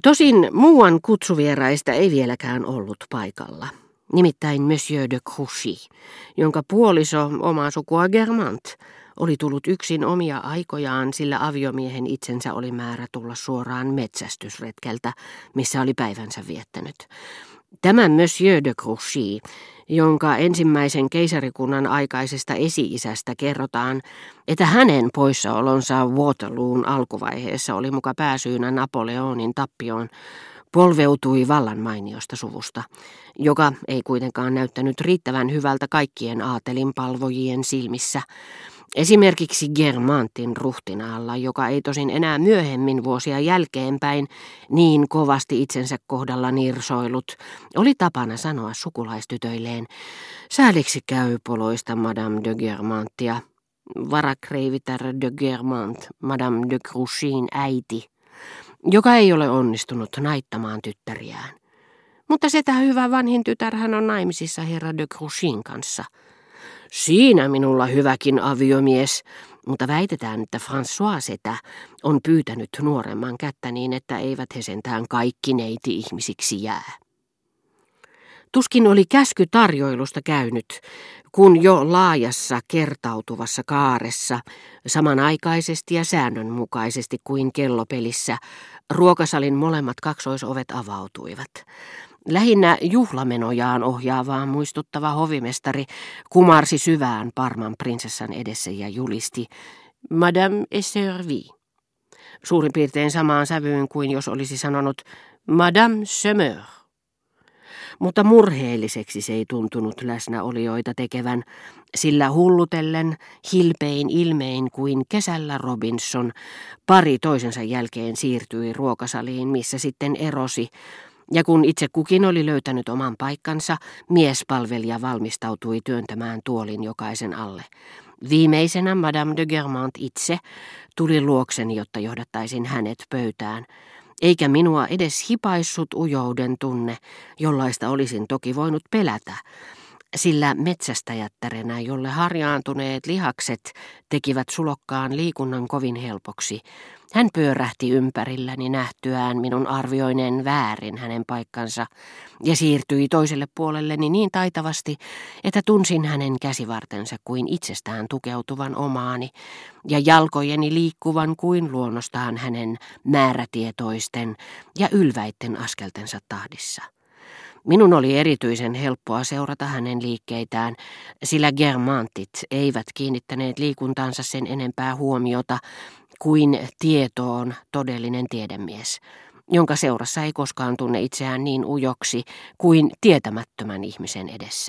Tosin muuan kutsuvieraista ei vieläkään ollut paikalla. Nimittäin Monsieur de Grouchy, jonka puoliso, omaa sukua Germant, oli tullut yksin omia aikojaan, sillä aviomiehen itsensä oli määrä tulla suoraan metsästysretkeltä, missä oli päivänsä viettänyt. Tämä Monsieur de Grouchy, jonka ensimmäisen keisarikunnan aikaisesta esi-isästä kerrotaan, että hänen poissaolonsa Waterloon alkuvaiheessa oli muka pääsyynä Napoleonin tappioon, polveutui vallan mainiosta suvusta, joka ei kuitenkaan näyttänyt riittävän hyvältä kaikkien aatelinpalvojien silmissä. Esimerkiksi Germantin ruhtinaalla, joka ei tosin enää myöhemmin vuosia jälkeenpäin niin kovasti itsensä kohdalla nirsoillut, oli tapana sanoa sukulaistytöilleen: "Sääliksi käy poloista Madame de Germantia, varakreivitar de Germant, Madame de Grouchyn äiti, joka ei ole onnistunut naittamaan tyttäriään. Mutta setä hyvä vanhin tytär hän on naimisissa herra de Grouchyn kanssa. Siinä minulla hyväkin aviomies, mutta väitetään, että François setä on pyytänyt nuoremman kättä niin, että eivät he sentään kaikki neiti-ihmisiksi jää." Tuskin oli käsky tarjoilusta käynyt, kun jo laajassa kertautuvassa kaaressa, samanaikaisesti ja säännönmukaisesti kuin kellopelissä, ruokasalin molemmat kaksoisovet avautuivat. Lähinnä juhlamenojaan ohjaavaan muistuttava hovimestari kumarsi syvään Parman prinsessan edessä ja julisti: "Madame est servie", suurin piirtein samaan sävyyn kuin jos olisi sanonut "Madame se meurt". Mutta murheelliseksi se ei tuntunut läsnäolijoita tekevän, sillä hullutellen, hilpein ilmein kuin kesällä Robinson, pari toisensa jälkeen siirtyi ruokasaliin, missä sitten erosi, ja kun itse kukin oli löytänyt oman paikkansa, miespalvelija valmistautui työntämään tuolin jokaisen alle. Viimeisenä Madame de Germant itse tuli luokseni, jotta johdattaisin hänet pöytään, eikä minua edes hipaissut ujouden tunne, jollaista olisin toki voinut pelätä, sillä metsästäjättärenä, jolle harjaantuneet lihakset tekivät sulokkaan liikunnan kovin helpoksi, hän pyörähti ympärilläni nähtyään minun arvioineen väärin hänen paikkansa ja siirtyi toiselle puolelleni niin taitavasti, että tunsin hänen käsivartensa kuin itsestään tukeutuvan omaani ja jalkojeni liikkuvan kuin luonnostaan hänen määrätietoisten ja ylväitten askeltensa tahdissa. Minun oli erityisen helppoa seurata hänen liikkeitään, sillä Germantit eivät kiinnittäneet liikuntaansa sen enempää huomiota kuin tietoon todellinen tiedemies, jonka seurassa ei koskaan tunne itseään niin ujoksi kuin tietämättömän ihmisen edessä.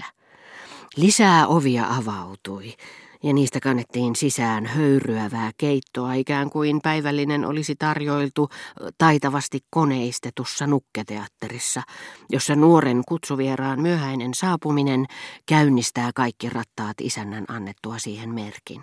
Lisää ovia avautui, ja niistä kannettiin sisään höyryävää keittoa, ikään kuin päivällinen olisi tarjoiltu taitavasti koneistetussa nukketeatterissa, jossa nuoren kutsuvieraan myöhäinen saapuminen käynnistää kaikki rattaat isännän annettua siihen merkin.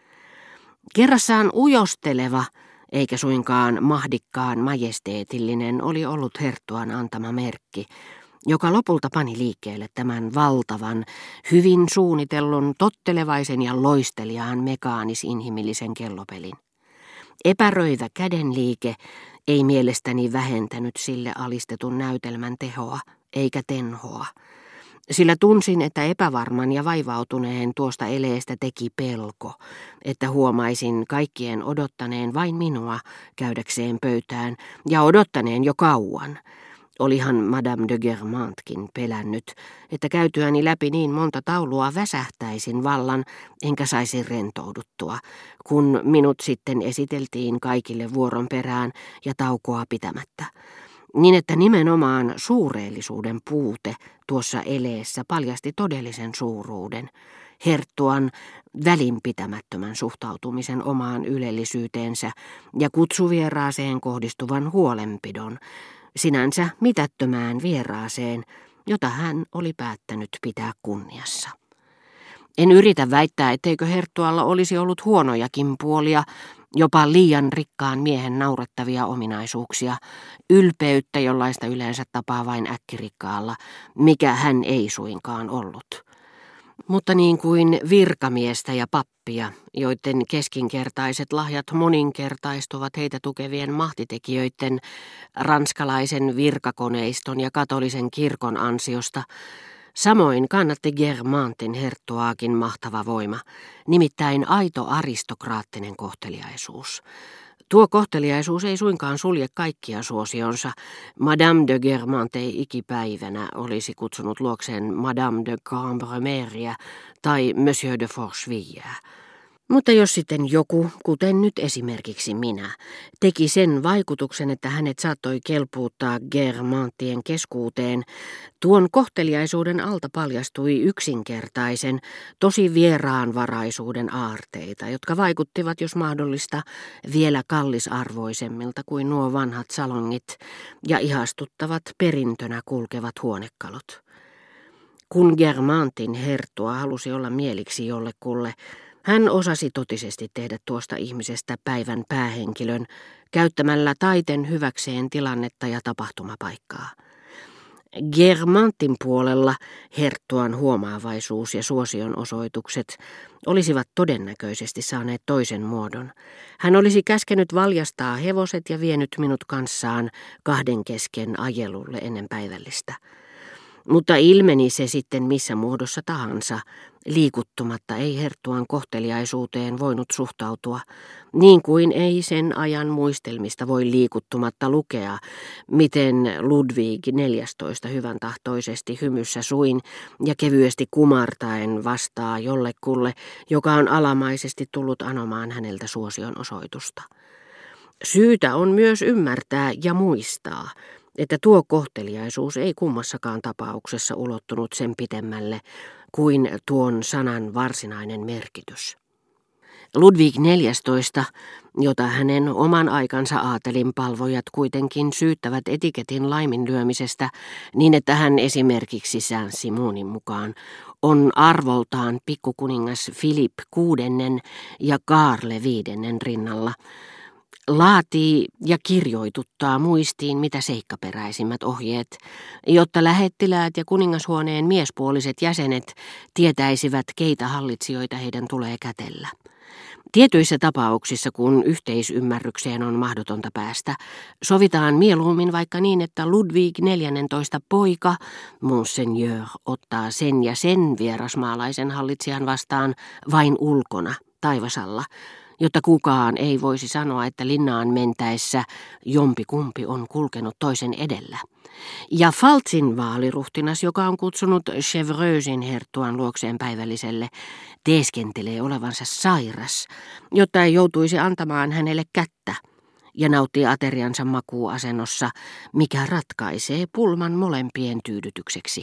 Kerrassaan ujosteleva, eikä suinkaan mahdikkaan majesteetillinen oli ollut herttuan antama merkki, joka lopulta pani liikkeelle tämän valtavan, hyvin suunnitellun, tottelevaisen ja loisteliaan mekaanis-inhimillisen kellopelin. Epäröivä kädenliike ei mielestäni vähentänyt sille alistetun näytelmän tehoa eikä tenhoa, sillä tunsin, että epävarman ja vaivautuneen tuosta eleestä teki pelko, että huomaisin kaikkien odottaneen vain minua käydäkseen pöytään ja odottaneen jo kauan. Olihan Madame de Germantkin pelännyt, että käytyäni läpi niin monta taulua väsähtäisin vallan, enkä saisi rentouduttua, kun minut sitten esiteltiin kaikille vuoron perään ja taukoa pitämättä. Niin että nimenomaan suureellisuuden puute tuossa eleessä paljasti todellisen suuruuden, herttuan välinpitämättömän suhtautumisen omaan ylellisyyteensä ja kutsuvieraaseen kohdistuvan huolenpidon, sinänsä mitättömään vieraaseen, jota hän oli päättänyt pitää kunniassa. En yritä väittää, etteikö herttualla olisi ollut huonojakin puolia, jopa liian rikkaan miehen naurettavia ominaisuuksia, ylpeyttä, jollaista yleensä tapaa vain äkkirikkaalla, mikä hän ei suinkaan ollut. Mutta niin kuin virkamiestä ja pappia, joiden keskinkertaiset lahjat moninkertaistuvat heitä tukevien mahtitekijöiden, ranskalaisen virkakoneiston ja katolisen kirkon ansiosta, samoin kannatti Guermantin herttuaakin mahtava voima, nimittäin aito aristokraattinen kohteliaisuus. Tuo kohteliaisuus ei suinkaan sulje kaikkia suosionsa. Madame de Guermantes ei ikipäivänä olisi kutsunut luokseen Madame de Cambremeria tai Monsieur de Forchevilleä. Mutta jos sitten joku, kuten nyt esimerkiksi minä, teki sen vaikutuksen, että hänet saattoi kelpuuttaa Guermantien keskuuteen, tuon kohteliaisuuden alta paljastui yksinkertaisen, tosi vieraanvaraisuuden aarteita, jotka vaikuttivat, jos mahdollista, vielä kallisarvoisemmilta kuin nuo vanhat salongit ja ihastuttavat perintönä kulkevat huonekalot. Kun Guermantin herttua halusi olla mieliksi jollekulle, hän osasi totisesti tehdä tuosta ihmisestä päivän päähenkilön käyttämällä taiten hyväkseen tilannetta ja tapahtumapaikkaa. Guermantin puolella herttuan huomaavaisuus ja suosion osoitukset olisivat todennäköisesti saaneet toisen muodon. Hän olisi käskenyt valjastaa hevoset ja vienyt minut kanssaan kahden kesken ajelulle ennen päivällistä. Mutta ilmeni se sitten missä muodossa tahansa, liikuttumatta ei herttuan kohteliaisuuteen voinut suhtautua, niin kuin ei sen ajan muistelmista voi liikuttumatta lukea, miten Ludwig XIV hyvän tahtoisesti hymyssä suin ja kevyesti kumartaen vastaa jollekulle, joka on alamaisesti tullut anomaan häneltä suosion osoitusta. Syytä on myös ymmärtää ja muistaa, että tuo kohteliaisuus ei kummassakaan tapauksessa ulottunut sen pitemmälle kuin tuon sanan varsinainen merkitys. Ludwig XIV, jota hänen oman aikansa aatelinpalvojat kuitenkin syyttävät etiketin laiminlyömisestä niin, että hän esimerkiksi Saint-Simonin mukaan on arvoltaan pikkukuningas Philip VI ja Karle V rinnalla, laatii ja kirjoituttaa muistiin mitä seikkaperäisimmät ohjeet, jotta lähettiläät ja kuningashuoneen miespuoliset jäsenet tietäisivät, keitä hallitsijoita heidän tulee kätellä. Tietyissä tapauksissa, kun yhteisymmärrykseen on mahdotonta päästä, sovitaan mieluummin vaikka niin, että Ludwig XIV poika, Monseigneur, ottaa sen ja sen vierasmaalaisen hallitsijan vastaan vain ulkona, taivasalla, jotta kukaan ei voisi sanoa, että linnaan mentäessä jompikumpi on kulkenut toisen edellä. Ja Pfalzin vaaliruhtinas, joka on kutsunut Chevreusin herttuan luokseen päivälliselle, teeskentelee olevansa sairas, jotta ei joutuisi antamaan hänelle kättä, ja nauttii ateriansa makuuasennossa, mikä ratkaisee pulman molempien tyydytykseksi.